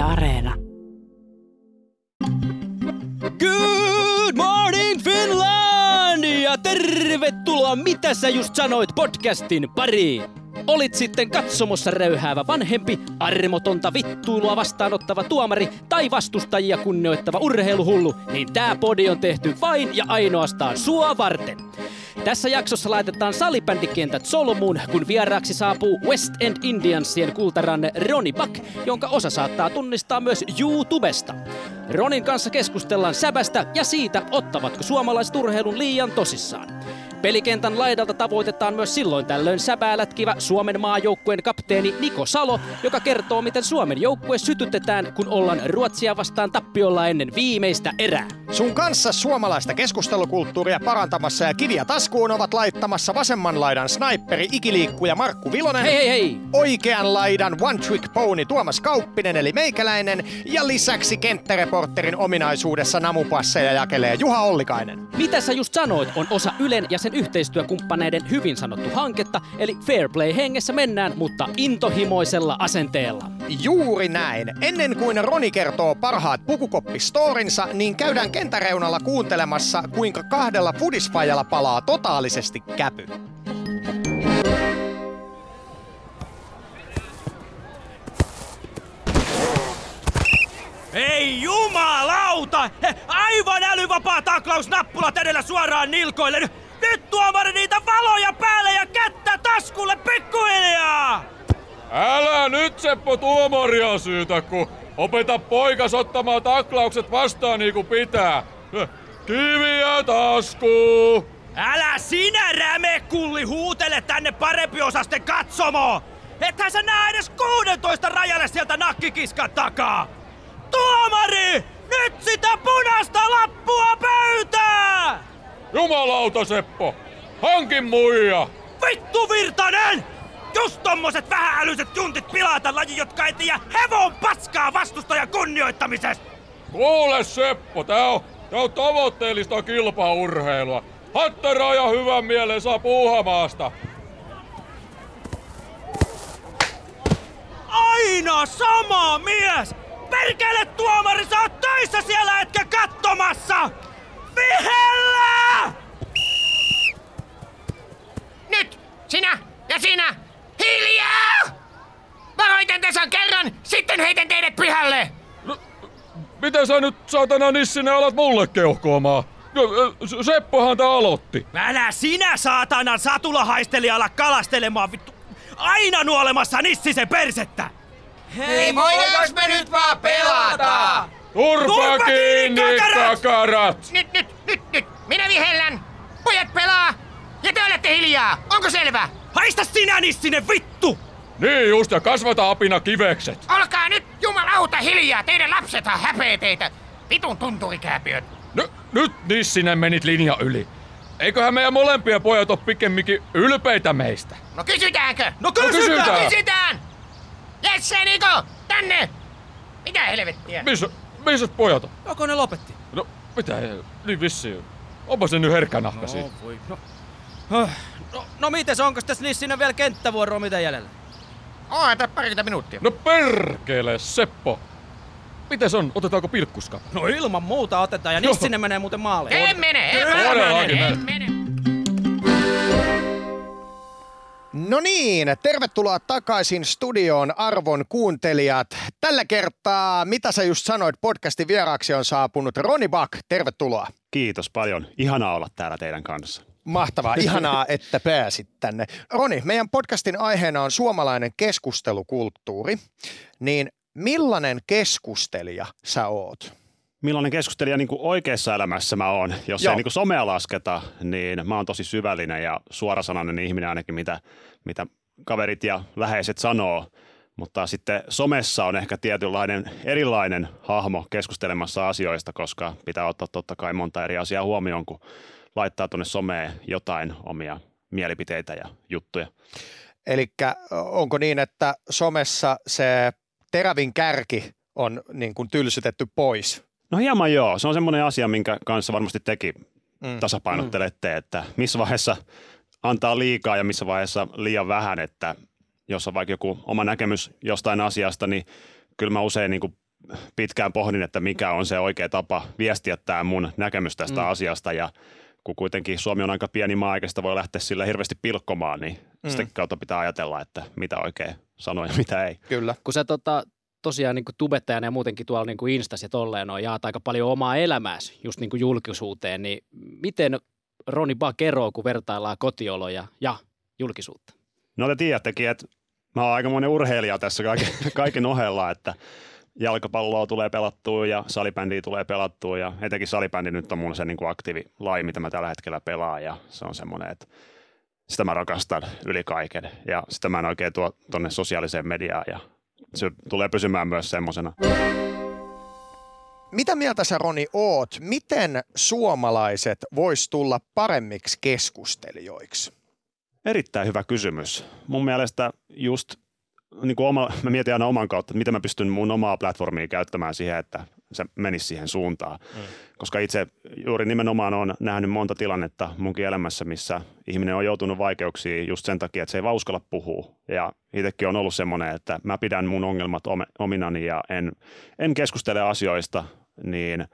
Areena. Good morning Finland! Ja tervetuloa Mitä sä just sanoit podcastin pariin. Olit sitten katsomossa räyhäävä vanhempi, armotonta vittuilua vastaanottava tuomari tai vastustajia kunnioittava urheiluhullu, niin tää podi on tehty vain ja ainoastaan sua varten. Tässä jaksossa laitetaan salibändikentät solmuun, kun vieraaksi saapuu West End Indiansien kultaranne Ronny Buck, jonka osa saattaa tunnistaa myös YouTubesta. Ronin kanssa keskustellaan säbästä ja siitä, ottavatko suomalaiset urheilun liian tosissaan. Pelikentän laidalta tavoitetaan myös silloin tällöin säbää lätkivä Suomen maajoukkueen kapteeni Niko Salo, joka kertoo, miten Suomen joukkue sytytetään, kun ollaan Ruotsia vastaan tappiolla ennen viimeistä erää. Sun kanssa suomalaista keskustelukulttuuria parantamassa ja kiviä taskuun ovat laittamassa vasemman laidan sniperi ikiliikkuja Markku Vilonen. Hei! Oikean laidan one trick pony Tuomas Kauppinen eli meikäläinen ja lisäksi kenttäreporterin ominaisuudessa namupasseja jakelee Juha Ollikainen. Mitä sä just sanoit on osa Ylen ja sen yhteistyökumppaneiden hyvin sanottu hanketta, eli Fair Play hengessä mennään, mutta intohimoisella asenteella. Juuri näin. Ennen kuin Roni kertoo parhaat pukukoppistorinsa, niin käydään kentäreunalla kuuntelemassa, kuinka kahdella fudisfajalla palaa totaalisesti käpy. Ei jumalauta! Aivan älyvapaa taklaus nappulat edellä suoraan nilkoille. Nyt tuomari niitä valoja päälle ja kättä taskulle pikkuhiljaa! Älä nyt Seppo tuomaria syytä, kun opeta poikas ottamaan taklaukset vastaan niin kuin pitää. Kiviä taskuun! Älä sinä rämekulli huutele tänne parempiosasten katsomoon! Ethän sä näe edes 16 rajalle sieltä nakkikiskan takaa! Tuomari! Nyt sitä punaista lappua pöytään! Jumalauta Seppo! Hankin muija! Vittu Virtanen! Just tommoset vähäälyset juntit pilata laji, jotka ei tiedä hevon paskaa vastustajan kunnioittamisesta! Kuule Seppo, tää on tavoitteellista kilpaurheilua. Hatteraa ja hyvän mielen saa puuhamaasta. Aina sama mies! Perkele tuomari, sä oot töissä siellä etkä kattomassa! Vihellä! Nyt! Sinä ja sinä! Hiljaa! Varoitan tasan kerran, sitten heitän teidät pihalle! No, mitä sä nyt saatana Nissinen alat mulle keuhkoamaan? Seppohan tää aloitti. Älä sinä saatanan satulahaistelija kalastelemaan vittu! Aina nuolemassa Nissisen persettä! Hei, voidaan me nyt vaan pelata! Turpa kiinni, kakarat! Nyt! Minä vihellän! Pojat pelaa! Ja te olette hiljaa! Onko selvä? Haista sinä Nissinen vittu! Niin just, ja kasvata apina kivekset. Olkaa nyt jumalauta hiljaa! Teidän lapsethan häpee teitä! Vitun tunturikääpiöt! Nyt Nissinen menit linja yli. Eiköhän meidän molempia pojat ole pikemminkin ylpeitä meistä? No kysytäänkö? No kysytään! Kysytään! Jesse Niko! Tänne! Mitä helvettiä? Missä pojat on? Joko ne lopetti? No, mitä? Niin vissiin. Onpa se nyt herkkänahka siinä. No mites, onko tässä Nissinen vielä kenttävuoroa mitä jäljellä? Oota parikymmentä minuuttia. No perkele, Seppo. Mites on? Otetaanko pilkkuska? No ilman muuta otetaan ja Nissinen menee muuten maaliin. En mene. No niin, tervetuloa takaisin studioon arvon kuuntelijat. Tällä kertaa Mitä sä just sanoit podcastin vieraaksi on saapunut Ronny Buck. Tervetuloa. Kiitos paljon. Ihanaa olla täällä teidän kanssa. Mahtavaa, ihanaa, että pääsit tänne. Roni, meidän podcastin aiheena on suomalainen keskustelukulttuuri. Niin millainen keskustelija sä oot? Millainen keskustelija niin kuin oikeassa elämässä mä oon? Jos Joo. ei niin kuin somea lasketa, niin mä oon tosi syvällinen ja suorasanainen ihminen ainakin, mitä kaverit ja läheiset sanoo. Mutta sitten somessa on ehkä tietynlainen erilainen hahmo keskustelemassa asioista, koska pitää ottaa totta kai monta eri asiaa huomioon, kun laittaa tuonne someen jotain omia mielipiteitä ja juttuja. Elikkä onko niin, että somessa se terävin kärki on niin kuin tylsytetty pois? No hieman joo. Se on semmoinen asia, minkä kanssa varmasti tekin tasapainottelette, että missä vaiheessa antaa liikaa ja missä vaiheessa liian vähän, että jos on vaikka joku oma näkemys jostain asiasta, niin kyllä mä usein niin kuin pitkään pohdin, että mikä on se oikea tapa viestiä tämä mun näkemys tästä asiasta ja kun kuitenkin Suomi on aika pieni maa, eikä sitä voi lähteä sillä hirveästi pilkkomaan, niin sitä kautta pitää ajatella, että mitä oikein sanoo ja mitä ei. Kyllä. Kun sä tosiaan niin kuin tubettajana ja muutenkin tuolla niin kuin Instas ja tolleen jaat aika paljon omaa elämääsi just niin kuin julkisuuteen, niin miten Roni Bakero, kun vertaillaan kotioloja ja julkisuutta? No te tiedättekin, että mä oon aikamoinen urheilija tässä kaiken ohella, että jalkapalloa tulee pelattua ja salibändiä tulee pelattua ja etenkin salibändi nyt on mun se niin kuin aktiivilaji, mitä mä tällä hetkellä pelaan ja se on semmoinen, että sitä mä rakastan yli kaiken ja sitä mä en oikein tuo tonne sosiaaliseen mediaan ja se tulee pysymään myös semmosena. Mitä mieltä sä, Roni, oot? Miten suomalaiset vois tulla paremmiksi keskustelijoiksi? Erittäin hyvä kysymys. Mun mielestä just niin kuin mä mietin aina oman kautta, että miten mä pystyn mun omaa platformia käyttämään siihen, että se menisi siihen suuntaan. Koska itse juuri nimenomaan on nähnyt monta tilannetta munkin elämässä, missä ihminen on joutunut vaikeuksiin just sen takia, että se ei vaan uskalla puhua. Ja itsekin on ollut semmoinen, että mä pidän mun ongelmat ominani ja en keskustele asioista, niin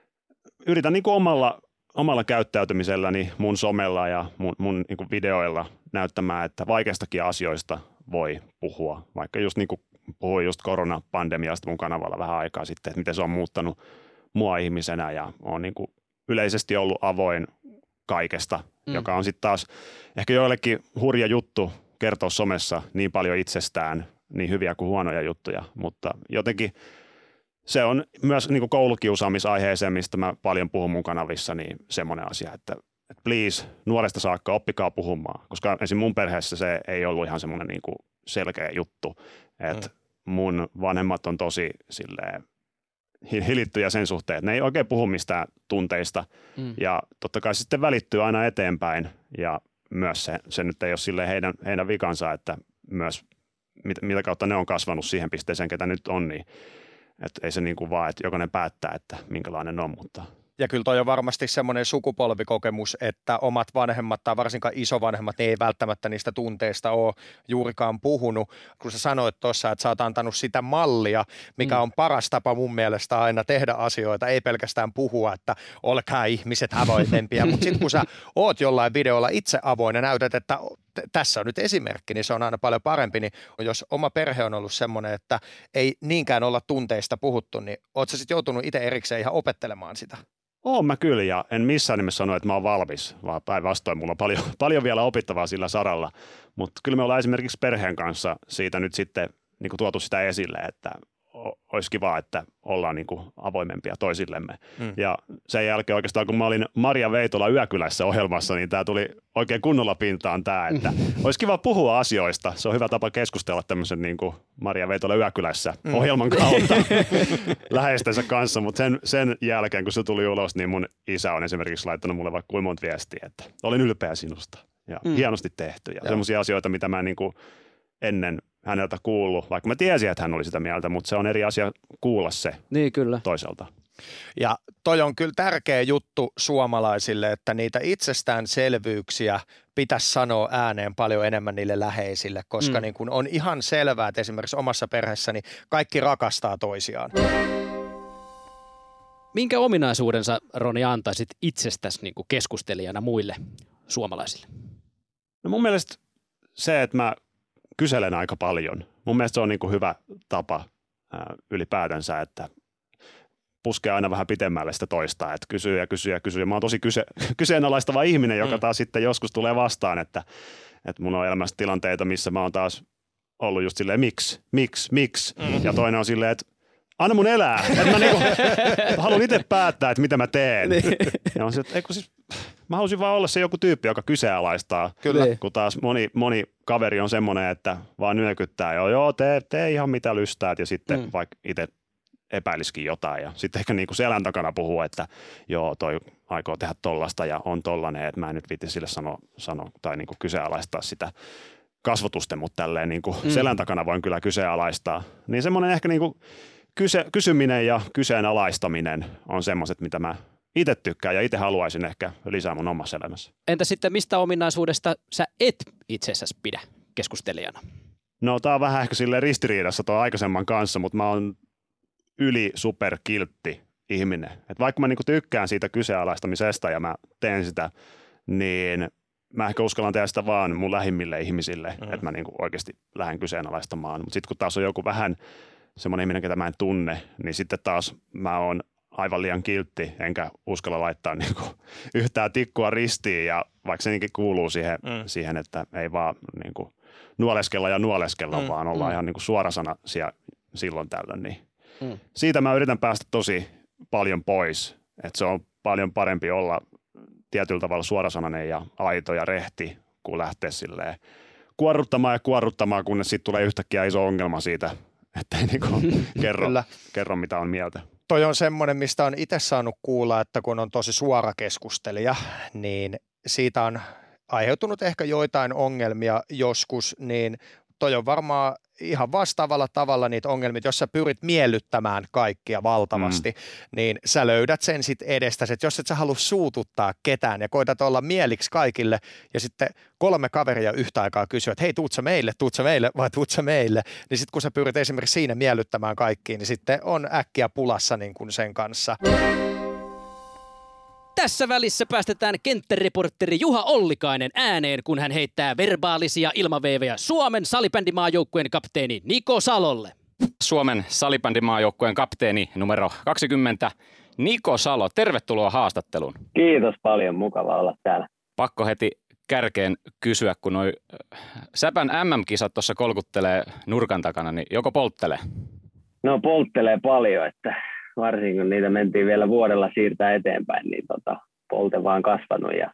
yritän niin kuin omalla käyttäytymiselläni mun somella ja mun niin kuin videoilla näyttämään, että vaikeistakin asioista voi puhua. Vaikka just niin kuin puhuin just koronapandemiasta mun kanavalla vähän aikaa sitten, että miten se on muuttanut mua ihmisenä ja on niin kuin yleisesti ollut avoin kaikesta, joka on sitten taas ehkä joillekin hurja juttu kertoa somessa niin paljon itsestään, niin hyviä kuin huonoja juttuja, mutta jotenkin se on myös niin kuin koulukiusaamisaiheeseen, mistä mä paljon puhun mun kanavissa, niin semmoinen asia, että please, nuoresta saakka oppikaa puhumaan, koska esim. Mun perheessä se ei ollut ihan semmoinen niin kuin selkeä juttu, että mun vanhemmat on tosi silleen hilittyjä sen suhteen, että ne ei oikein puhu mistään tunteista ja totta kai sitten välittyy aina eteenpäin ja myös se nyt ei ole silleen heidän vikansa, että myös mitä kautta ne on kasvanut siihen pisteeseen, ketä nyt on, niin että ei se niin kuin vaan, että jokainen päättää, että minkälainen on, mutta Ja kyllä toi on varmasti semmoinen sukupolvikokemus, että omat vanhemmat tai varsinkaan isovanhemmat ei välttämättä niistä tunteista ole juurikaan puhunut. Kun sä sanoit tuossa, että sä oot antanut sitä mallia, mikä on paras tapa mun mielestä aina tehdä asioita, ei pelkästään puhua, että olkaa ihmiset avoimempia, mutta sitten kun sä oot jollain videolla itse avoin ja näytät, että tässä on nyt esimerkki, niin se on aina paljon parempi. Niin jos oma perhe on ollut semmoinen, että ei niinkään olla tunteista puhuttu, niin oot sä sitten joutunut itse erikseen ihan opettelemaan sitä? Oon mä kyllä ja en missään nimessä sano, että mä oon valmis, vaan päinvastoin mulla on paljon vielä opittavaa sillä saralla. Mutta kyllä me ollaan esimerkiksi perheen kanssa siitä nyt sitten niin kuin tuotu sitä esille, että olisi kiva, että ollaan niin kuin avoimempia toisillemme. Ja sen jälkeen oikeastaan, kun mä olin Maria Veitola Yökylässä ohjelmassa, niin tämä tuli oikein kunnolla pintaan tämä, että olisi kiva puhua asioista. Se on hyvä tapa keskustella tämmöisen niin kuin Maria Veitola Yökylässä ohjelman kautta läheistensä kanssa, mutta sen jälkeen, kun se tuli ulos, niin mun isä on esimerkiksi laittanut mulle vaikka kuinka monta viestiä, että olin ylpeä sinusta ja hienosti tehty ja semmoisia asioita, mitä mä niin kuin ennen häneltä kuullut, vaikka mä tiesin, että hän oli sitä mieltä, mutta se on eri asia kuulla se niin, kyllä. toiselta. Ja toi on kyllä tärkeä juttu suomalaisille, että niitä itsestäänselvyyksiä pitäisi sanoa ääneen paljon enemmän niille läheisille, koska niin kun on ihan selvää, että esimerkiksi omassa perheessäni kaikki rakastaa toisiaan. Minkä ominaisuudensa, Roni, antaisit itsestäsi niin kuin keskustelijana muille suomalaisille? No mun mielestä se, että mä kyselen aika paljon. Mun mielestä se on niin kuin hyvä tapa ylipäätänsä, että puskee aina vähän pitemmälle sitä toista, että kysyy ja kysyy ja kysyy. Mä oon tosi kyseenalaistava ihminen, joka taas sitten joskus tulee vastaan, että mun on elämässä tilanteita, missä mä oon taas ollut just silleen, miksi? Ja toinen on silleen, että anna mun elää, että mä niinku haluan itse päättää, että mitä mä teen. Ja on se, että mä halusin vaan olla se joku tyyppi, joka kyseenalaistaa. Kyllä. Kun taas moni kaveri on semmoinen, että vaan nyökyttää joo, tee ihan mitä lystäät ja sitten vaikka itse epäilisikin jotain ja sitten ehkä niinku selän takana puhuu, että joo, toi aikoo tehdä tollasta ja on tollainen, että mä en nyt viitti sille sano tai niinku kyseenalaistaa sitä kasvotusten, mutta tälleen niinku selän takana voin kyllä kyseenalaistaa. Niin semmoinen ehkä niinku kysyminen ja kyseenalaistaminen on semmoiset, mitä mä itse tykkään ja itse haluaisin ehkä lisää mun omassa elämässä. Entä sitten mistä ominaisuudesta sä et itsestäsi pidä keskustelijana? No tää on vähän ehkä silleen ristiriidassa tuon aikaisemman kanssa, mutta mä oon yli superkiltti ihminen. Et vaikka mä niinku tykkään siitä kyseenalaistamisesta ja mä teen sitä, niin mä ehkä uskallan tehdä sitä vaan mun lähimmille ihmisille, että mä niinku oikeasti lähden kyseenalaistamaan. Mutta sitten kun taas on joku vähän semmoinen ihminen, ketä mä en tunne, niin sitten taas mä oon aivan liian kiltti, enkä uskalla laittaa niinku yhtään tikkua ristiin, ja vaikka se kuuluu siihen, että ei vaan niinku nuoleskella, vaan ollaan ihan niinku suorasanaisia silloin tällöin. Niin siitä mä yritän päästä tosi paljon pois, että se on paljon parempi olla tietyllä tavalla suorasanainen ja aito ja rehti, kun lähtee silleen kuorruttamaan, kunnes sitten tulee yhtäkkiä iso ongelma siitä, että ei niinku kerro mitä on mieltä. Toi on semmoinen, mistä on itse saanut kuulla, että kun on tosi suora keskustelija, niin siitä on aiheutunut ehkä joitain ongelmia joskus, niin toi on varmaan ihan vastaavalla tavalla niitä ongelmia, jos sä pyrit miellyttämään kaikkia valtavasti, niin sä löydät sen sit edestäsi, että jos et sä halua suututtaa ketään ja koitat olla mieliksi kaikille ja sitten 3 kaveria yhtä aikaa kysyä, että hei, tuut sä meille vai tuut sä meille, niin sitten kun sä pyrit esimerkiksi siinä miellyttämään kaikkiin, niin sitten on äkkiä pulassa niin kuin sen kanssa. Tässä välissä päästetään kenttäreportteri Juha Ollikainen ääneen, kun hän heittää verbaalisia ilmaveivejä Suomen salibändimaajoukkueen kapteeni Niko Salolle. Suomen salibändimaajoukkueen kapteeni numero 20, Niko Salo, tervetuloa haastatteluun. Kiitos paljon, mukava olla täällä. Pakko heti kärkeen kysyä, kun noi Säpän MM-kisat tuossa kolkuttelee nurkan takana, niin joko polttelee? No polttelee paljon, että varsinkin kun niitä mentiin vielä vuodella siirtää eteenpäin, niin polte vaan kasvanut ja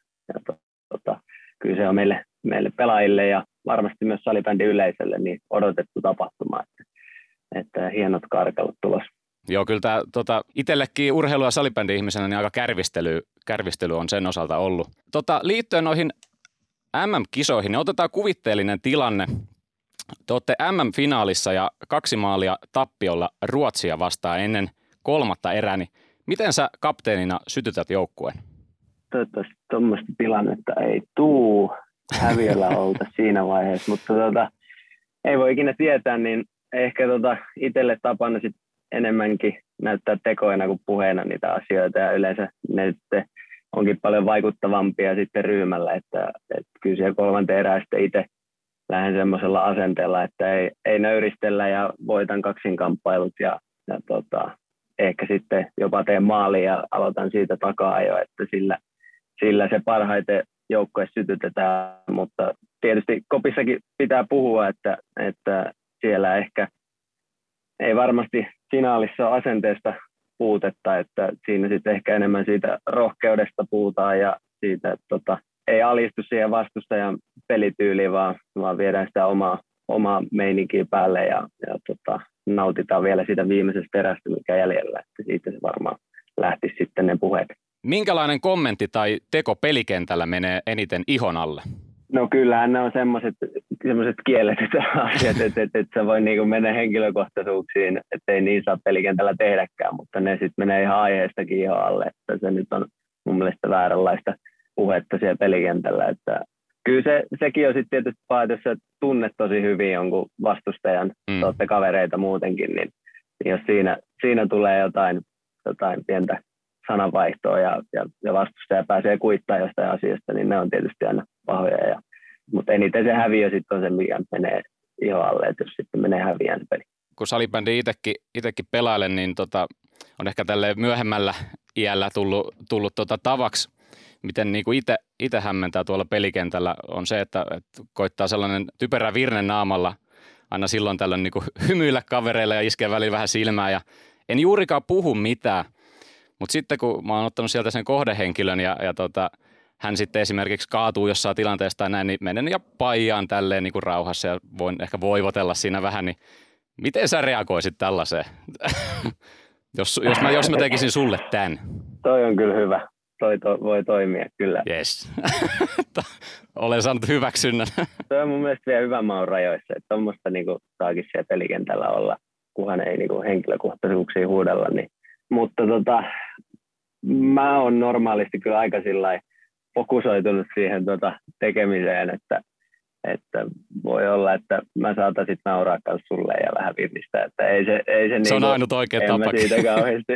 kyllä se on meille pelaajille ja varmasti myös salibändin yleisölle niin odotettu tapahtuma, että hienot karkelut tulos. Joo, kyllä tämä itsellekin urheilu- ja salibändi-ihmisenä niin aika kärvistely on sen osalta ollut. Liittyen noihin MM-kisoihin, niin otetaan kuvitteellinen tilanne. Te olette MM-finaalissa ja 2 maalia tappiolla Ruotsia vastaan ennen 3. erää, niin miten sä kapteenina sytytät joukkueen? Toivottavasti tuommoista tilannetta ei tule, häviöllä olta siinä vaiheessa, mutta ei voi ikinä tietää, niin ehkä itselle tapana sit enemmänkin näyttää tekoina kuin puheena niitä asioita, ja yleensä ne sitten onkin paljon vaikuttavampia sitten ryhmällä, että kyllä siellä 3. erää sitten itse lähden semmoisella asenteella, että ei nöyristellä ja voitan kaksinkamppailut ja ehkä sitten jopa teen maaliin ja aloitan siitä takaa jo, että sillä se parhaiten joukkue sytytetään, mutta tietysti kopissakin pitää puhua, että siellä ehkä ei varmasti finaalissa ole asenteesta puutetta, että siinä sitten ehkä enemmän siitä rohkeudesta puhutaan ja siitä, että ei alistu siihen vastustajan pelityyliin, vaan viedään sitä omaa meininkiä päälle ja nautitaan vielä siitä viimeisestä erästä, mikä jäljellä, että siitä se varmaan lähtisi sitten ne puheet. Minkälainen kommentti tai teko pelikentällä menee eniten ihon alle? No kyllähän ne on semmoiset kielletyt asiat, että se voi niinku mennä henkilökohtaisuuksiin, ettei niin saa pelikentällä tehdäkään, mutta ne sitten menee ihan aiheestakin ihon alle, että se nyt on mun mielestä vääränlaista puhetta siellä pelikentällä, että kyllä sekin on sitten tietysti vaan, jos sä tunnet tosi hyvin jonkun vastustajan, olette kavereita muutenkin, niin jos siinä tulee jotain pientä sananvaihtoa ja vastustaja pääsee kuittamaan jostain asiasta, niin ne on tietysti aina pahoja. Mutta eniten se häviö sitten on se, mikä menee ihon alle, että jos sitten menee häviään se peli. Kun salibändi itsekin pelailen, niin on ehkä tälleen myöhemmällä iällä tullut tavaksi, miten niinku itse hämmentää tuolla pelikentällä, on se, että koittaa sellainen typerä virne naamalla aina silloin tällöin niinku hymyillä kavereille ja iskee väliin vähän silmää. Ja en juurikaan puhu mitään, mutta sitten kun mä oon ottanut sieltä sen kohdehenkilön ja hän sitten esimerkiksi kaatuu jossain tilanteessa tai näin, niin menen ja paijaan tälleen niinku rauhassa ja voin ehkä voivotella siinä vähän, niin miten sä reagoisit tällaiseen, jos mä tekisin sulle tän? Toi on kyllä hyvä. Voi toimia, kyllä. Yes. Olen saanut hyväksynnän. Se on mun mielestä vielä hyvän maun rajoissa, että tuommoista niinku saakin siellä pelikentällä olla, kunhan ei niinku henkilökohtaisuuksia huudella. Niin. Mutta mä oon normaalisti kyllä aika fokusoitunut siihen tekemiseen, että että voi olla, että mä saatan sitten nauraa kanssa sulle ja vähän virnistää, että ei se se on ainut oikea tapa. En mä siitä kauheasti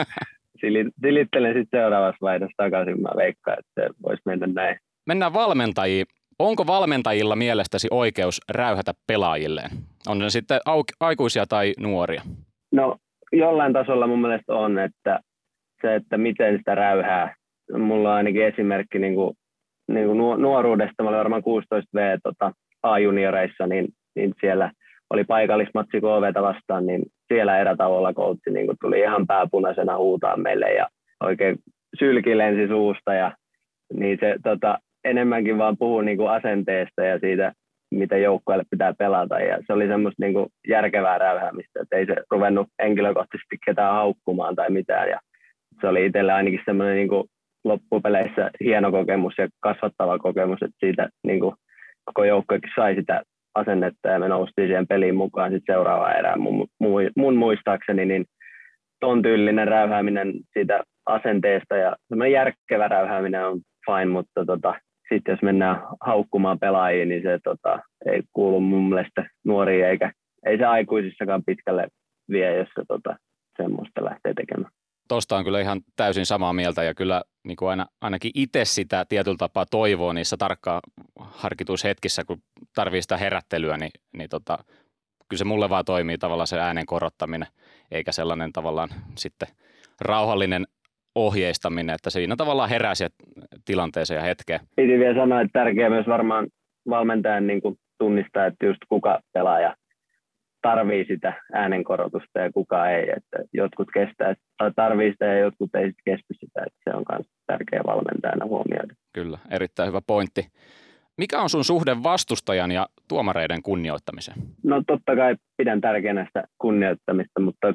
silittelen sitten seuraavassa vaihdossa takaisin, mä veikkaan, että se voisi mennä näin. Mennään valmentajiin. Onko valmentajilla mielestäsi oikeus räyhätä pelaajilleen? On ne sitten aikuisia tai nuoria? No jollain tasolla mun mielestä on, että se, että miten sitä räyhää. Mulla on ainakin esimerkki niin kuin nuoruudesta. Mä olin varmaan 16V A-junioreissa, niin siellä oli paikallismatsi KV:tä vastaan, niin siellä erätauolla coachi niin tuli ihan pääpunaisena huutaa meille ja oikein sylki lensi suusta ja niin se enemmänkin vaan puhui niin kuin asenteesta ja siitä, miten joukkueelle pitää pelata ja se oli semmoista niin kuin järkevää räyhäämistä, että ei se ruvennut henkilökohtaisesti ketään haukkumaan tai mitään ja se oli itselle ainakin semmoinen niin kuin loppupeleissä hieno kokemus ja kasvattava kokemus, että siitä niin kuin koko joukkuekin sai sitä asennetta ja me noustiin siihen peliin mukaan sitten seuraavaan erään mun muistaakseni, niin ton tyylinen räyhääminen siitä asenteesta ja semmoinen järkevä räyhääminen on fine, mutta sitten jos mennään haukkumaan pelaajia, niin se ei kuulu mun mielestä nuoriin eikä ei se aikuisissakaan pitkälle vie, jos se semmoista lähtee tekemään. Tuosta on kyllä ihan täysin samaa mieltä ja kyllä niin kuin ainakin itse sitä tietyllä tapaa toivoo niissä tarkkaan harkituissa hetkissä, kun tarvii sitä herättelyä, niin kyllä se mulle vaan toimii tavallaan se äänen korottaminen, eikä sellainen tavallaan sitten rauhallinen ohjeistaminen, että siinä tavallaan herää siihen tilanteeseen ja hetkeen. Piti vielä sanoa, että tärkeää myös varmaan valmentajan niin kuin tunnistaa, että just kuka pelaaja tarvii sitä äänenkorotusta ja kuka ei, että jotkut kestää tai tarvii sitä ja jotkut ei kestä sitä, että se on myös tärkeä valmentajana huomioida. Kyllä, erittäin hyvä pointti. Mikä on sun suhde vastustajan ja tuomareiden kunnioittamiseen? No totta kai pidän tärkeänä sitä kunnioittamista, mutta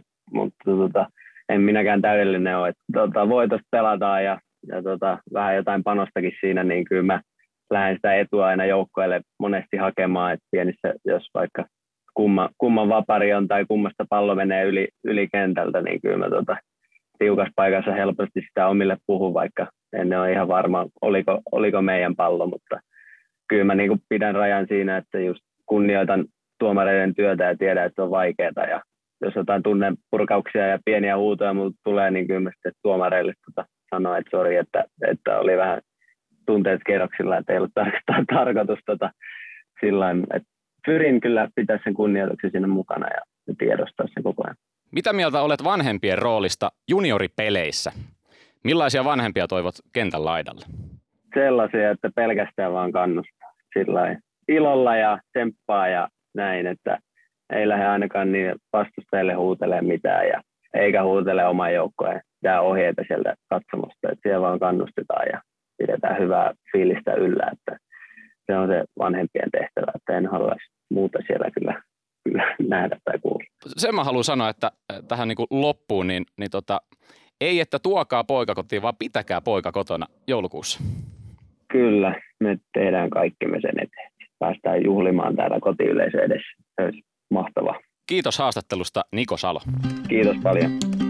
en minäkään täydellinen ole. Voitosta pelataan ja vähän jotain panostakin siinä, niin kyllä mä lähden sitä etua aina joukkoille monesti hakemaan, että pienissä, jos vaikka kumman vapari on tai kummasta pallo menee yli kentältä, niin kyllä mä tiukassa paikassa helposti sitä omille puhun, vaikka en ole ihan varma, oliko meidän pallo, mutta kyllä mä niin kuin pidän rajan siinä, että just kunnioitan tuomareiden työtä ja tiedän, että se on vaikeaa ja jos jotain tunnepurkauksia ja pieniä huutoja multa tulee, niin kyllä mä sitten tuomareille sanoa, että sori, että oli vähän tunteet kerroksilla, että ei ollut tarkoitus sillain, että pyrin kyllä pitää sen kunnioituksen siinä mukana ja tiedostaa sen koko ajan. Mitä mieltä olet vanhempien roolista junioripeleissä? Millaisia vanhempia toivot kentän laidalle? Sellaisia, että pelkästään vaan kannustaa sillain ilolla ja tsemppaa ja näin, että ei lähde ainakaan niin vastustajille huutele mitään ja eikä huutele oman joukkojen jää ohjeita sieltä katsomusta, että siellä vaan kannustetaan ja pidetään hyvää fiilistä yllä, että se on se vanhempien tehtävä, että en haluaisi muuta siellä kyllä nähdä tai kuulla. Sen mä haluan sanoa, että tähän niin kuin loppuun, niin ei että tuokaa poika kotiin, vaan pitäkää poika kotona joulukuussa. Kyllä, me tehdään kaikkemme sen eteen. Päästään juhlimaan täällä kotiyleisö edessä. Se olisi mahtavaa. Kiitos haastattelusta, Niko Salo. Kiitos paljon.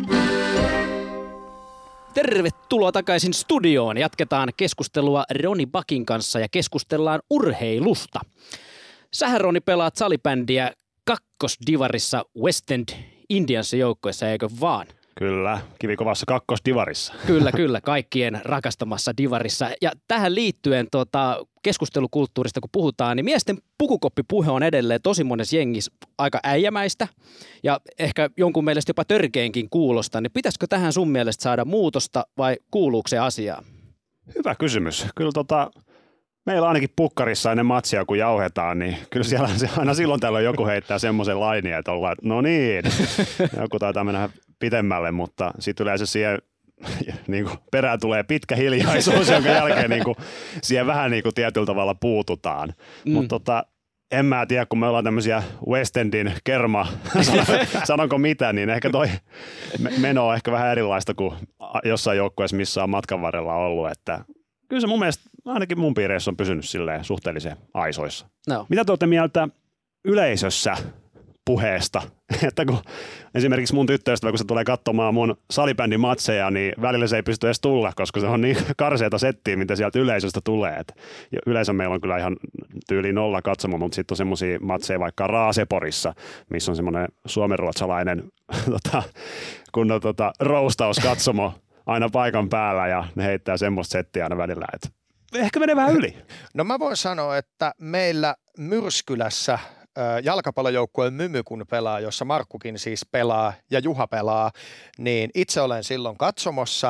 Tervetuloa takaisin studioon. Jatketaan keskustelua Roni Bakin kanssa ja keskustellaan urheilusta. Sähän, Roni, pelaat salibändiä kakkosdivarissa West End Indiansin joukkoissa, eikö vaan? Kyllä, kivikovassa kakkosdivarissa. Kyllä, kaikkien rakastamassa divarissa. Ja tähän liittyen keskustelukulttuurista, kun puhutaan, niin miesten pukukoppipuhe on edelleen tosi monessa jengissä aika äijämäistä ja ehkä jonkun mielestä jopa törkeinkin kuulosta. Niin pitäisikö tähän sun mielestä saada muutosta vai kuuluuko se asiaan? Hyvä kysymys. Kyllä meillä ainakin pukkarissa ennen matsia, kun jauhetaan, niin kyllä siellä aina silloin tällöin joku heittää semmoisen lainin, että ollaan, että no niin, joku taitaa mennä pitemmälle, mutta sitten yleensä siihen niin kuin perään tulee pitkä hiljaisuus, jonka jälkeen niin kuin, siihen vähän niin kuin tietyllä tavalla puututaan. Mutta en mä tiedä, kun me ollaan tämmöisiä West Endin kerma, sanonko mitä, niin ehkä toi meno on ehkä vähän erilaista kuin jossain joukkueessa, missä on matkan varrella ollut, että kyllä se mun mielestä ainakin mun piireissä on pysynyt silleen suhteellisen aisoissa. No. Mitä te olette mieltä yleisössä puheesta. Että kun esimerkiksi mun tyttöystävä, kun se tulee katsomaan mun salibändin matseja, niin välillä se ei pysty edes tulla, koska se on niin karseeta settiä, mitä sieltä yleisöstä tulee. Ja yleensä meillä on kyllä ihan tyyli 0 katsomo, mutta sitten on semmoisia matseja vaikka Raaseporissa, missä on semmoinen suomenruotsalainen kunnon roustauskatsomo aina paikan päällä ja ne heittää semmoista settiä aina välillä, että ehkä menee vähän yli. No mä voin sanoa, että meillä Myrskylässä jalkapallojoukkueen Mymy kun pelaa, jossa Markkukin siis pelaa ja Juha pelaa, niin itse olen silloin katsomossa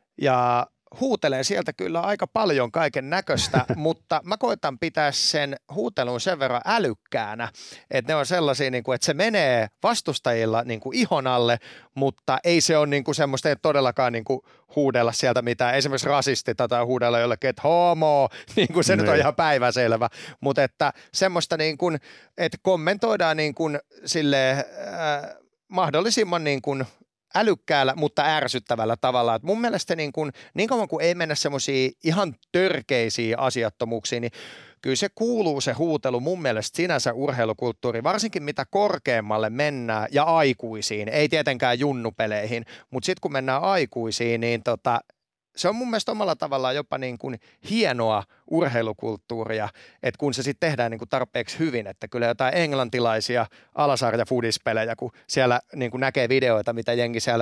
ja huutelen sieltä kyllä aika paljon kaiken näköistä, mutta mä koitan pitää sen huutelun sen verran älykkäänä, että ne on sellaisia, että se menee vastustajilla ihon alle, mutta ei se ole semmoista, ei todellakaan huudella sieltä mitään, esimerkiksi rasistita tai huudella jollekin, että homo, se nyt on ihan päiväselvä, mutta että semmoista, että kommentoidaan silleen, mahdollisimman älykkäällä, mutta ärsyttävällä tavalla. Et mun mielestä niin kauan kuin ei mennä semmoisiin ihan törkeisiin asiattomuuksiin, niin kyllä se kuuluu se huutelu mun mielestä sinänsä urheilukulttuuriin, varsinkin mitä korkeammalle mennään ja aikuisiin, ei tietenkään junnupeleihin, mutta sitten kun mennään aikuisiin, niin se on mun mielestä omalla tavallaan jopa hienoa urheilukulttuuria, että kun se sitten tehdään tarpeeksi hyvin, että kyllä jotain englantilaisia alasarja-fudispelejä, kun siellä näkee videoita, mitä jengi siellä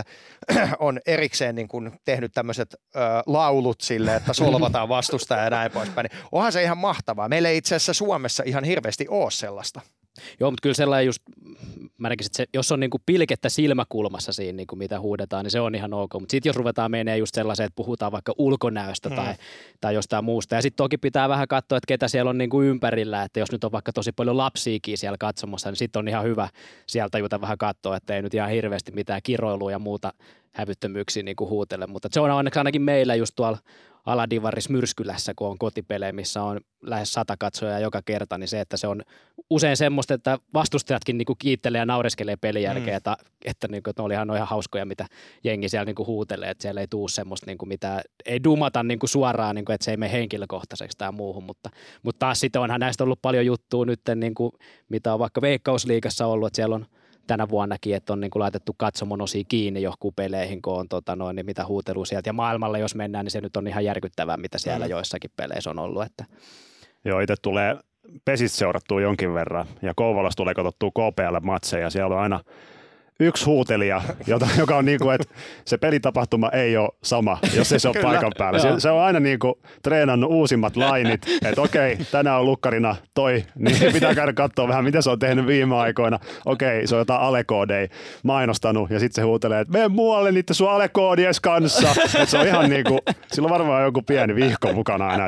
on erikseen tehnyt tämmöiset laulut sille, että solvataan vastustajaa ja näin poispäin, niin onhan se ihan mahtavaa. Meillä ei itse asiassa Suomessa ihan hirveästi ole sellaista. Joo, mutta kyllä sellainen just, mä näkisin, että jos on pilkettä silmäkulmassa siinä, mitä huudetaan, niin se on ihan ok. Mutta sitten jos ruvetaan menee just sellaiseen, että puhutaan vaikka ulkonäöstä tai jostain muusta. Ja sitten toki pitää vähän katsoa, että ketä siellä on ympärillä. Että jos nyt on vaikka tosi paljon lapsiakin siellä katsomossa, niin sitten on ihan hyvä sieltä juta vähän katsoa, että ei nyt ihan hirveästi mitään kiroilua ja muuta hävyttömyyksiä huutele. Mutta se on ainakin meillä just tuolla Aladivaris Myrskylässä, kun on kotipelejä, missä on lähes 100 katsojaa joka kerta, niin se, että se on usein semmoista, että vastustajatkin kiittelee ja naureskelee pelin jälkeen, että ne oli ihan hauskoja, mitä jengi siellä huutelee, että siellä ei tule semmoista, mitä ei dumata suoraan, että se ei mene henkilökohtaiseksi tai muuhun, mutta taas sitten onhan näistä ollut paljon juttua nyt, mitä on vaikka Veikkausliigassa ollut, että siellä on tänä vuonnakin, että on laitettu katsomon osia kiinni johonkin peleihin, kun on niin mitä huutelua sieltä. Ja maailmalla, jos mennään, niin se nyt on ihan järkyttävää, mitä siellä joissakin peleissä on ollut. Että. Joo, itse tulee pesistä seurattua jonkin verran, ja Kouvolassa tulee katsottua KPL-matseja, siellä on aina yksi huutelija, joka on että se pelitapahtuma ei ole sama, jos ei se ole paikan päällä. Se on aina treenannut uusimmat lainit, että okei, tänään on lukkarina toi, niin pitää käydä katsoa vähän, mitä se on tehnyt viime aikoina. Okei, se on jotain alekoodeja mainostanut, ja sitten se huutelee, että mene muualle niiden sun alekoodies kanssa. Että se on ihan sillä on varmaan joku pieni vihko mukana aina.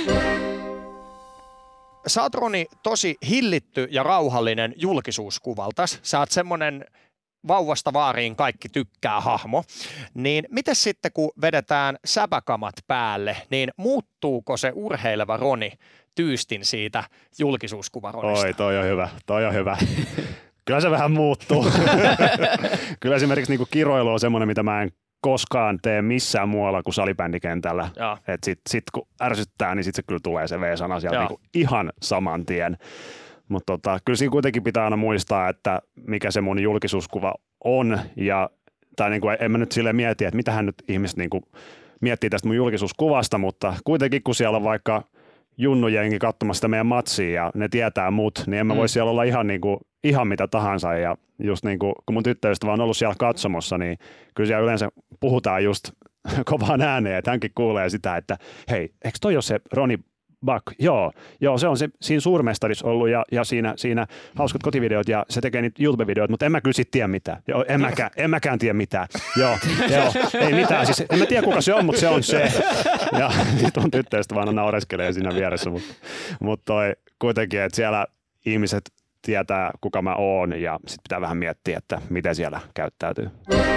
Sä oot, Roni, tosi hillitty ja rauhallinen julkisuuskuvaltas. Sä oot semmonen vauvasta vaariin kaikki tykkää hahmo, niin miten sitten kun vedetään säpäkamat päälle, niin muuttuuko se urheileva Roni tyystin siitä julkisuuskuvaronista? Oi, toi on hyvä. Kyllä se vähän muuttuu. Kyllä esimerkiksi kiroilu on semmoinen, mitä mä en koskaan tee missään muualla kuin salibändikentällä. Että sit kun ärsyttää, niin sit se kyllä tulee se V-sana sieltä ihan saman tien. Mutta kyllä siinä kuitenkin pitää aina muistaa, että mikä se mun julkisuuskuva on, tai en mä nyt silleen mieti, että mitähän nyt ihmiset miettii tästä mun julkisuuskuvasta, mutta kuitenkin kun siellä on vaikka junnujengi katsomassa sitä meidän matsia ja ne tietää mut, niin en mä voi siellä olla ihan mitä tahansa, ja just kun mun tyttöystävä on ollut siellä katsomossa, niin kyllä siellä yleensä puhutaan just kovaan ääneen, että hänkin kuulee sitä, että hei, eikö toi ole se Roni Buck? Joo, se on se siinä Suurmestarissa ollut ja siinä hauskat kotivideot ja se tekee niitä YouTube-videoita, mutta en mä kyllä sit tiedä mitään. Joo, en mäkään tiedä mitään. Joo, ei mitään. Siis en mä tiedä kuka se on, mutta se on se. Ja sit on tyttöystävä aina naureskelee siinä vieressä, mutta toi kuitenkin, että siellä ihmiset tietää kuka mä oon ja sit pitää vähän miettiä, että miten siellä käyttäytyy.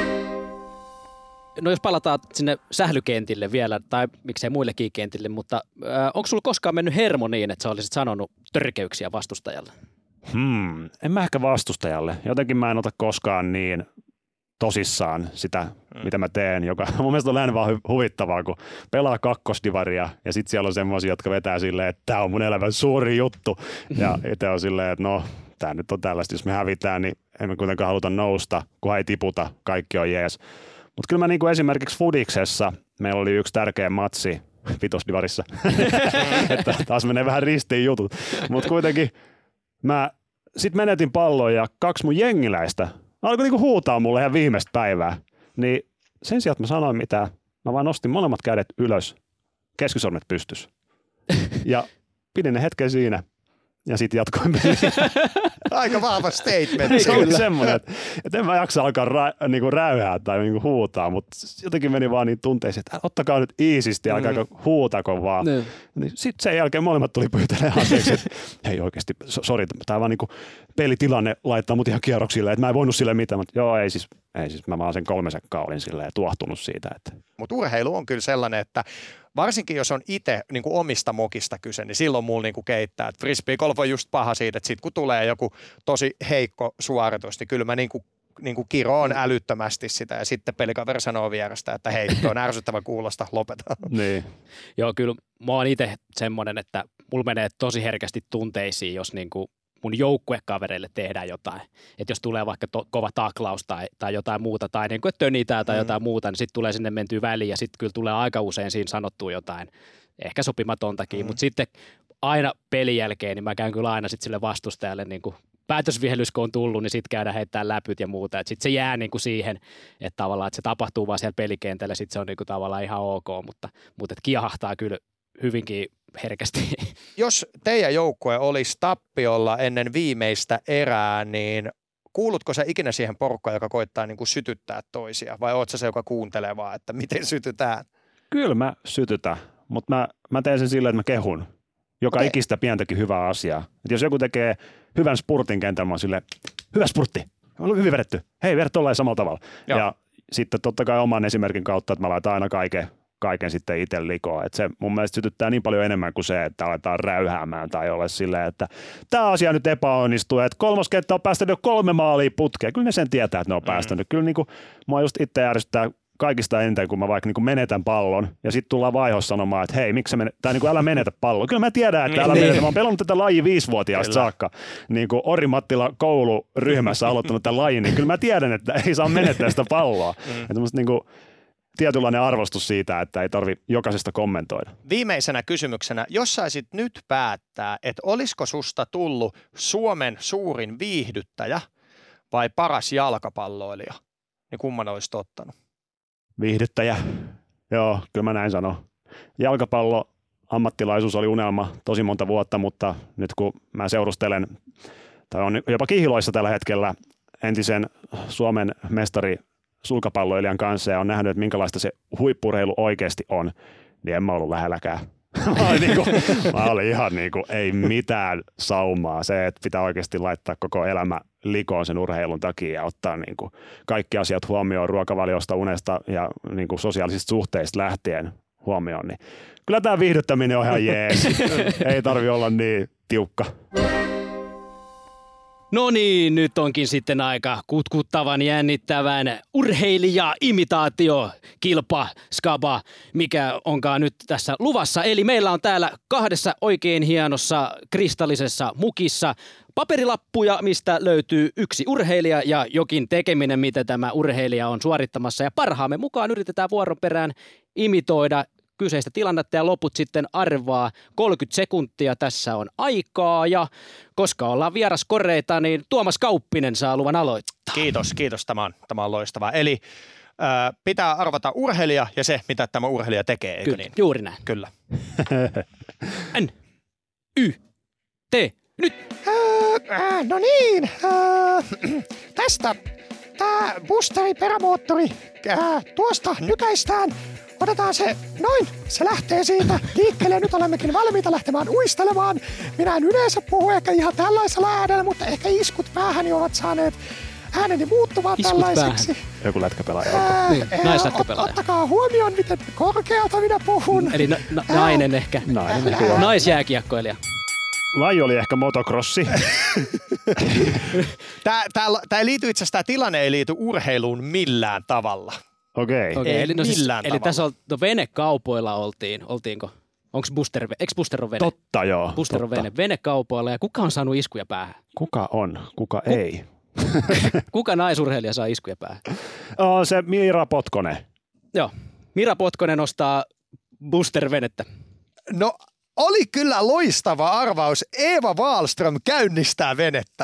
No jos palataan sinne sählykentille vielä, tai miksei muillekin kentille, mutta onko sulla koskaan mennyt hermo niin, että sä olisit sanonut törkeyksiä vastustajalle? En mä ehkä vastustajalle. Jotenkin mä en ota koskaan niin tosissaan sitä, mitä mä teen, joka mun mielestä on lähinnä vaan huvittavaa, kun pelaa kakkosdivaria ja sitten siellä on semmoisia, jotka vetää silleen, että tää on mun elämän suuri juttu. Ja itse on silleen, että no tämä nyt on tällaista. Jos me hävitään, niin emme kuitenkaan haluta nousta, kunhan ei tiputa, kaikki on jees. Mutta kyllä mä niin kuin esimerkiksi Fudiksessa, meillä oli yksi tärkeä matsi Vitosdivarissa, että taas menee vähän ristiin jutut. Mutta kuitenkin mä sit menetin pallon ja 2 mun jengiläistä alkoi niinku huutaa mulle ihan viimeistä päivää. Niin sen sijaan, että mä sanoin mitään, mä vaan nostin molemmat kädet ylös, keskisormet pystys. Ja pidin ne hetken siinä ja sitten jatkoin peliä. Aika vahva statement. Se oli semmoinen, että en mä jaksa alkaa niinku räyhää tai niinku huutaa, mutta jotenkin meni vaan niin tunteisiin, että ottakaa nyt iisisti, älkääkä huutako vaan. Niin sitten sen jälkeen molemmat tuli pyytämään anteeksi, että hei oikeasti, sori, tämä vaan niinku pelitilanne laittaa mut ihan kierroksille, että mä en voinut sille mitään, mutta joo ei siis, mä vaan sen 3 sekkaa olin silleen tuohtunut siitä. Mutta urheilu on kyllä sellainen, että varsinkin jos on itse niin kuin omista mokista kyse, niin silloin mulla niin kuin keittää. Frisbeegolf on just paha siitä, että sit kun tulee joku tosi heikko suoritus, niin kyllä mä niin kuin kiroon älyttömästi sitä ja sitten pelikaveri sanoo vierestä, että hei, on ärsyttävä kuulosta, lopetaan. Niin. Joo, kyllä mä oon itse semmoinen, että mulla menee tosi herkästi tunteisiin, jos niinku mun joukkuekavereille tehdään jotain. Että jos tulee vaikka kova taklaus tai jotain muuta, tai niin kuin tönitään tai jotain muuta, niin sitten tulee sinne mentyä väliin ja sitten kyllä tulee aika usein siinä sanottua jotain, ehkä sopimatontakin, mutta sitten aina pelin jälkeen, niin mä käyn kyllä aina sitten sille vastustajalle niin kuin päätösvihelys, kun on tullut, niin sitten käydään heittää läpyt ja muuta. Sitten se jää niin kuin siihen, että tavallaan että se tapahtuu vaan siellä pelikentällä, sitten se on niin kuin tavallaan ihan ok, mutta että kiehahtaa kyllä hyvinkin herkästi. Jos teidän joukkue olisi tappiolla ennen viimeistä erää, niin kuulutko sä ikinä siihen porukkaan, joka koittaa niin kuin sytyttää toisia, vai ootko sä se, joka kuuntelee vaan, että miten sytytään? Kyllä mä sytytän, mutta mä teen sen silleen, että mä kehun joka ikistä pientäkin hyvää asiaa. Et jos joku tekee hyvän spurtin kentällä, mä oon silleen, hyvä spurtti, on hyvin vedetty, hei vedät tollain samalla tavalla. Joo. Ja sitten totta kai oman esimerkin kautta, että mä laitan aina kaiken sitten itse likoon. Et se mun mielestä sytyttää niin paljon enemmän kuin se, että aletaan räyhäämään tai olla silleen, että tämä asia nyt epäonnistuu, että 3. kenttä on päästänyt 3 maalia putkeen. Kyllä ne sen tietää, että ne on päästänyt. Kyllä niinku, mua just itse ärsyttää kaikista eniten, kun mä vaikka niinku menetän pallon ja sitten tullaan vaihossa sanomaan, että hei, miksi tai niinku älä menetä palloa. Kyllä mä tiedän, että älä menetä. Mä oon pelannut tätä lajia 5-vuotiaasta saakka. Niinku Orri Mattila kouluryhmässä aloittanut tämän lajin, niin kyllä mä tiedän, että ei saa menettää sitä palloa. Että musta niinku tietynlainen arvostus siitä, että ei tarvi jokaisesta kommentoida. Viimeisenä kysymyksenä, jos saisit nyt päättää, että olisiko susta tullut Suomen suurin viihdyttäjä vai paras jalkapalloilija, niin kumman olisit ottanut? Viihdyttäjä. Joo, kyllä mä näin sanon. Jalkapallo ammattilaisuus oli unelma tosi monta vuotta, mutta nyt kun mä seurustelen, tai on jopa Kihiloissa tällä hetkellä entisen Suomen mestari sulkapalloilijan kanssa ja on nähnyt, että minkälaista se huippurheilu oikeasti on, niin en mä ollut lähelläkään. Mä olin ihan ei mitään saumaa. Se, että pitää oikeasti laittaa koko elämä likoon sen urheilun takia ja ottaa kaikki asiat huomioon ruokavaliosta, unesta ja sosiaalisista suhteista lähtien huomioon. Niin kyllä tämä viihdyttäminen on ihan jees. Ei tarvi olla niin tiukka. No niin, nyt onkin sitten aika kutkuttavan jännittävän urheilija-imitaatio, kilpa, skaba, mikä onkaan nyt tässä luvassa. Eli meillä on täällä 2 oikein hienossa kristallisessa mukissa paperilappuja, mistä löytyy yksi urheilija ja jokin tekeminen, mitä tämä urheilija on suorittamassa. Ja parhaamme mukaan yritetään vuoron perään imitoida kyseistä tilannetta ja loput sitten arvaa. 30 sekuntia tässä on aikaa ja koska ollaan vieraskoreita, niin Tuomas Kauppinen saa luvan aloittaa. Kiitos. Tämä on loistavaa. Eli pitää arvata urheilija ja se, mitä tämä urheilija tekee, eikö Kyllä, niin? juuri näin. Kyllä. N, Y, T, nyt! No niin, tästä tämä boosteri-perämoottori tuosta nykäistään. Otetaan se, noin, se lähtee siitä liikkeelle. Nyt olemmekin valmiita lähtemään uistelemaan. Minä en yleensä puhu ehkä ihan tällaisella äänellä, mutta ehkä iskut päähäni ovat saaneet ääneni muuttumaan iskut tällaiseksi. Päähän. Joku lätkäpelaaja. Naislätkäpelaaja. Ottakaa huomioon, miten korkealta minä puhun. Eli nainen ehkä. Naisjääkiekkoilija. Laji oli ehkä motocrossi. Tämä ei liity itse asiassa, tämä tilanne ei liity urheiluun millään tavalla. Okei. Eli millään tavalla. Eli tässä venekaupoilla oltiinko? Onks Buster on vene? Totta joo. Buster on vene. Venekaupoilla ja kuka on saanut iskuja päähän? Kuka on, kuka ei? Kuka naisurheilija saa iskuja päähän? Se Mira Potkonen. Joo. Mira Potkonen ostaa Buster-venettä. No, oli kyllä loistava arvaus. Eeva Wahlström käynnistää venettä.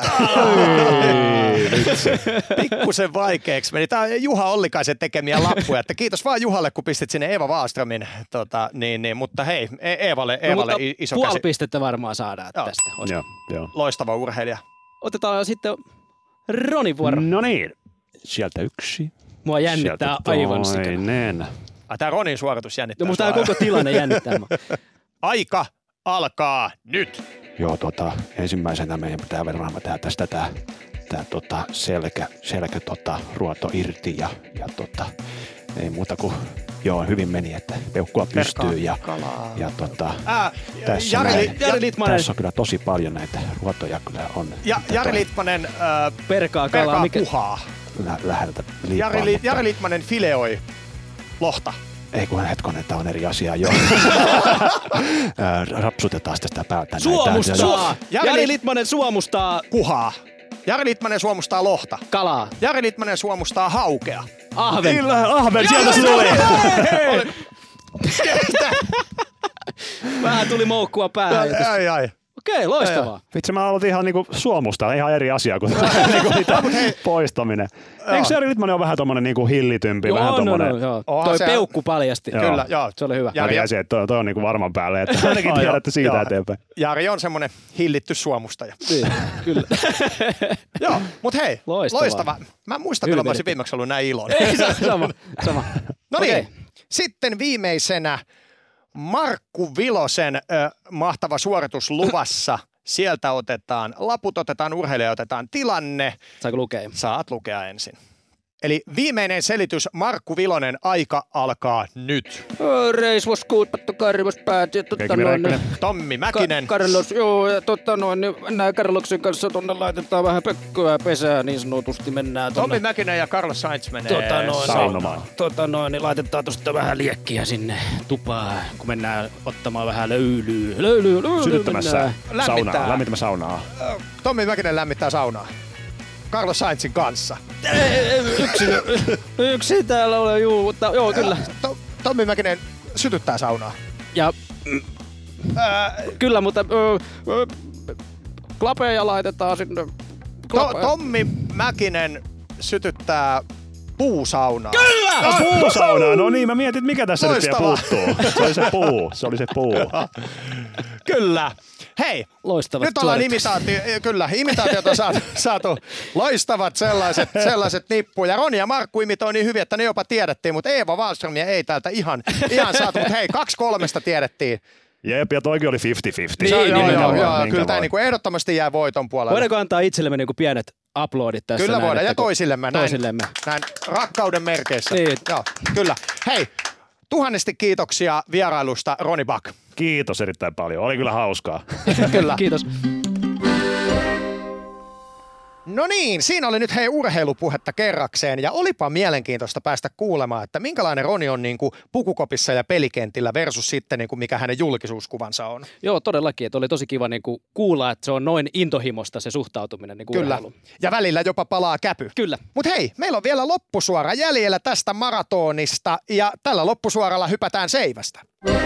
Pikkusen vaikeaksi meni. Tämä on Juha Ollikaisen tekemiä lappuja. Että kiitos vaan Juhalle, kun pistit sinne Eeva Wahlströmin. Mutta hei, Eevalle iso puoli käsi. pistettä varmaan saadaan tästä. Joo. Loistava urheilija. Otetaan sitten Ronin vuoro. No niin, sieltä yksi. Mua jännittää aivan sikana. Tämä Ronin suoritus jännittää. No, musta tämä koko tilanne jännittää. Aika alkaa nyt. Joo, ensimmäisenä meidän pitää verrata tästä tää selkä ruoto irti ja ei muuta kuin hyvin meni, että peukkua pystyy ja tässä on kyllä tosi paljon näitä ruotoja kyllä on. Jari Litmanen perkaa kalaa puhaa. Läheltä liippaa. Jari Litmanen fileoi lohta. Ei kun hetkonen, tämä on eri asia jo. Rapsutetaan sitä päältä. Suomustaa! Jari Litmanen suomustaa kuhaa. Jari Litmanen suomustaa lohta. Kalaa. Jari Litmanen suomustaa haukea. Ahven. Kyllä, ahven, sieltä se tuli. Vähän tuli moukkua päähän. Ai. Okei, loistavaa. Vitsi, mä aloitin ihan niinku suomusta, ihan eri asia kuin poistaminen. Eikö Jari Litmanen ole vähän tommonen niinku hillitympi? Joo, vähän tommonen... Toi peukku paljasti. Kyllä, joo. Se oli hyvä. Mä tiesin, että toi on niinku varman päälle, että ainakin tiedätte siitä eteenpäin. Jari on semmonen hillitty suomustaja. Kyllä. Joo, mut hei, loistava. Mä en muista, kyllä mä olisin viimeksi ollut näin iloinen. Ei, sama. No niin, sitten viimeisenä Markku Vilosen mahtava suoritus luvassa. Sieltä otetaan laput, otetaan urheilija, otetaan tilanne. Saanko lukea? Saat lukea ensin. Eli viimeinen selitys, Markku Vilonen, aika alkaa nyt. Race was good, but the car was bad. Tommi Mäkinen. Carlos, joo, ja nää Carloksen kanssa tonne laitetaan vähän pökköä pesään, niin sanotusti mennään tonne. Tommi Mäkinen ja Carlos Sainz menee saunomaan. Niin laitetaan tosta vähän liekkiä sinne tupaan, kun mennään ottamaan vähän löylyä. Sytyttämässä saunaa, lämmittämässä saunaa. Tommi Mäkinen lämmittää saunaa. Carlos Sainzin kanssa. Yksi täällä ole, mutta joo, kyllä. Tommi Mäkinen sytyttää saunaa. Ja kyllä, mutta klapeja laitetaan sinne. Tommi Mäkinen sytyttää puusaunaa. Kyllä! Puusaunaa, no niin, mä mietin, että mikä tässä nyt vielä puuttuu. Se oli se puu. Kyllä. Hei, loistavat nyt ollaan imitaatiota on saatu loistavat sellaiset nippuja. Ja Roni ja Markku imitoi niin hyvin, että ne jopa tiedettiin, mutta Eeva Wahlströmia ei täältä ihan saatu. Mutta hei, 2-3 tiedettiin. Jep, ja toikin oli 50-50. Joo, kyllä tämä niinku ehdottomasti jää voiton puolelle. Voidaanko antaa itsellemme niinku pienet uploadit tässä? Kyllä näin, voidaan, ja toisillemme. Näin rakkauden merkeissä. Niin. Joo, kyllä. Hei, tuhannesti kiitoksia vierailusta, Roni Back. Kiitos erittäin paljon. Oli kyllä hauskaa. Kyllä. Kiitos. No niin, siinä oli nyt urheilupuhetta kerrakseen ja olipa mielenkiintoista päästä kuulemaan, että minkälainen Roni on niin kuin pukukopissa ja pelikentillä versus sitten niin kuin mikä hänen julkisuuskuvansa on. Joo, todellakin, että oli tosi kiva niin kuin kuulla, että se on noin intohimosta se suhtautuminen niin kuin Kyllä, urheiluun. Ja välillä jopa palaa käpy. Kyllä. Mutta hei, meillä on vielä loppusuora jäljellä tästä maratonista ja tällä loppusuoralla hypätään seivästä.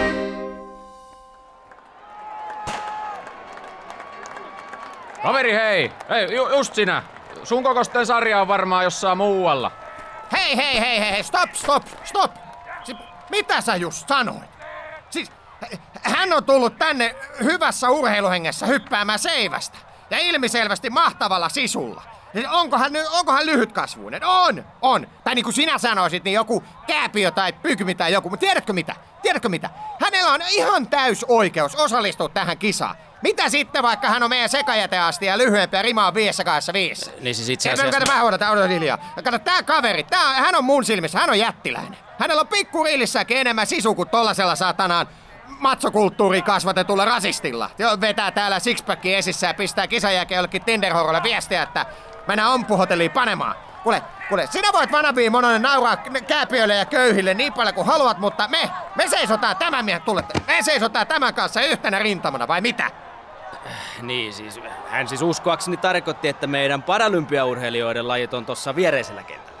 Kaveri hei, just sinä. Sun kokoisten sarja on varmaan jossain muualla. Hei, stop. Mitä sä just sanoit? Siis, hän on tullut tänne hyvässä urheiluhengessä hyppäämään seivästä. Ja ilmiselvästi mahtavalla sisulla. Onko hän lyhytkasvuinen? On. Tai niin kuin sinä sanoisit, niin joku kääpiö tai pygmi tai joku. Mutta tiedätkö mitä? Hänellä on ihan täys oikeus osallistua tähän kisaan. Mitä sitten, vaikka hän on meidän sekajäteasti ja lyhyempi ja rima on 5/5? Niin siis itse asiassa... Kato hiljaa. Kato, tää kaveri, hän on mun silmissä, hän on jättiläinen. Hänellä on pikkurillissäkin enemmän sisu kuin tollasella satanaan matsokulttuuriin kasvatetulla rasistilla. Vetää täällä sixpackin esissä ja pistää kisan jälkeen jollekin Tinder-horolle viestiä, että mennään ompuhotelliin panemaan. Kuule, Kuule, sinä voit Wannabe Mononen nauraa kääpiöille ja köyhille niin paljon kuin haluat, mutta me seisotaan tämän miehen tulette. Me seisotaan tämän kanssa yhtenä rintamana, vai mitä? Niin siis, hän siis uskoakseni tarkoitti, että meidän paralympiaurheilijoiden lajit on tossa viereisellä kentällä.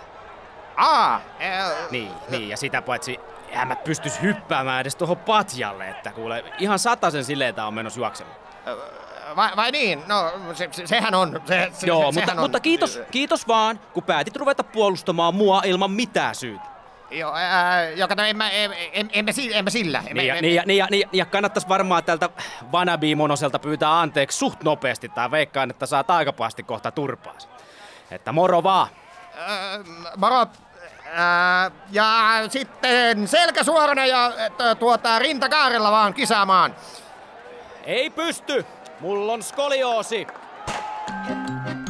Niin, ja sitä paitsi en mä pystys hyppäämään edes tuohon patjalle, että kuule, ihan 100 sileitä on menossa juoksemaan. Vai niin? No, sehän on. Joo, sehän mutta kiitos vaan, kun päätit ruveta puolustamaan mua ilman mitään syytä. Joo, kato, emme sillä. Ja kannattais varmaan tältä Wannabe Monoselta pyytää anteeksi suht nopeasti, tai veikkaan, että saat aika pahasti kohta turpaas. Että moro vaan. Moro. Ja sitten selkä suorana ja rintakaarella vaan kisaamaan. Ei pysty! Mulla on skolioosi!